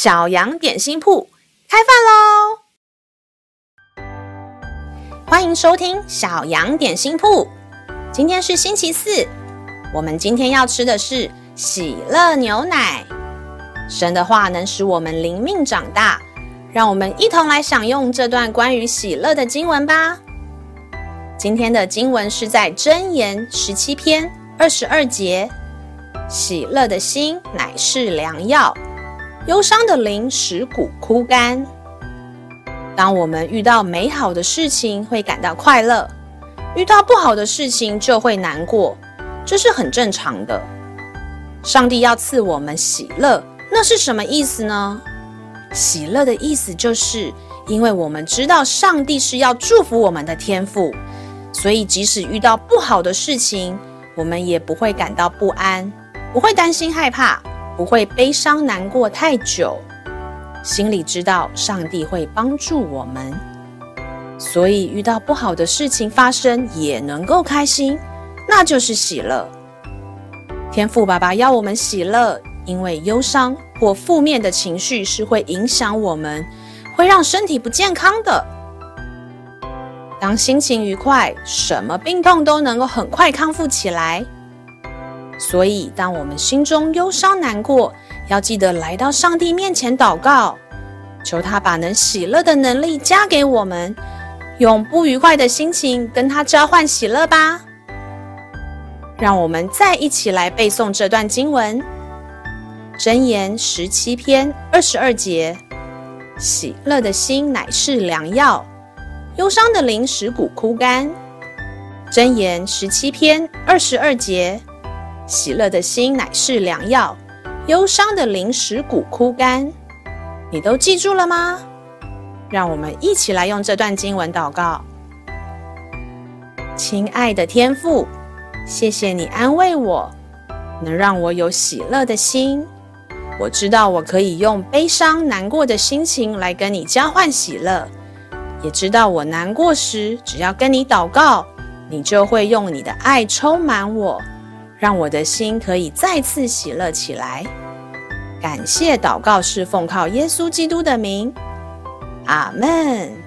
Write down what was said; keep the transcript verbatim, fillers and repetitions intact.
小羊点心铺开饭喽！欢迎收听小羊点心铺。今天是星期四，我们今天要吃的是喜乐牛奶。神的话能使我们灵命长大，让我们一同来享用这段关于喜乐的经文吧。今天的经文是在箴言十七篇二十二节，喜乐的心乃是良药，忧伤的灵使骨枯干。当我们遇到美好的事情会感到快乐，遇到不好的事情就会难过，这是很正常的。上帝要赐我们喜乐，那是什么意思呢？喜乐的意思就是因为我们知道上帝是要祝福我们的天父，所以即使遇到不好的事情，我们也不会感到不安，不会担心害怕，不会悲伤难过太久，心里知道上帝会帮助我们，所以遇到不好的事情发生也能够开心，那就是喜乐。天父爸爸要我们喜乐，因为忧伤或负面的情绪是会影响我们，会让身体不健康的。当心情愉快，什么病痛都能够很快康复起来。所以当我们心中忧伤难过，要记得来到上帝面前祷告，求他把能喜乐的能力加给我们，用不愉快的心情跟他交换喜乐吧。让我们再一起来背诵这段经文，箴言十七篇二十二节，喜乐的心乃是良药，忧伤的灵使骨枯干。箴言十七篇二十二节，喜乐的心乃是良药，忧伤的灵使骨枯干。你都记住了吗？让我们一起来用这段经文祷告。亲爱的天父，谢谢你安慰我，能让我有喜乐的心。我知道我可以用悲伤难过的心情来跟你交换喜乐，也知道我难过时只要跟你祷告，你就会用你的爱充满我，让我的心可以再次喜乐起来。感谢祷告是奉靠耶稣基督的名，阿们。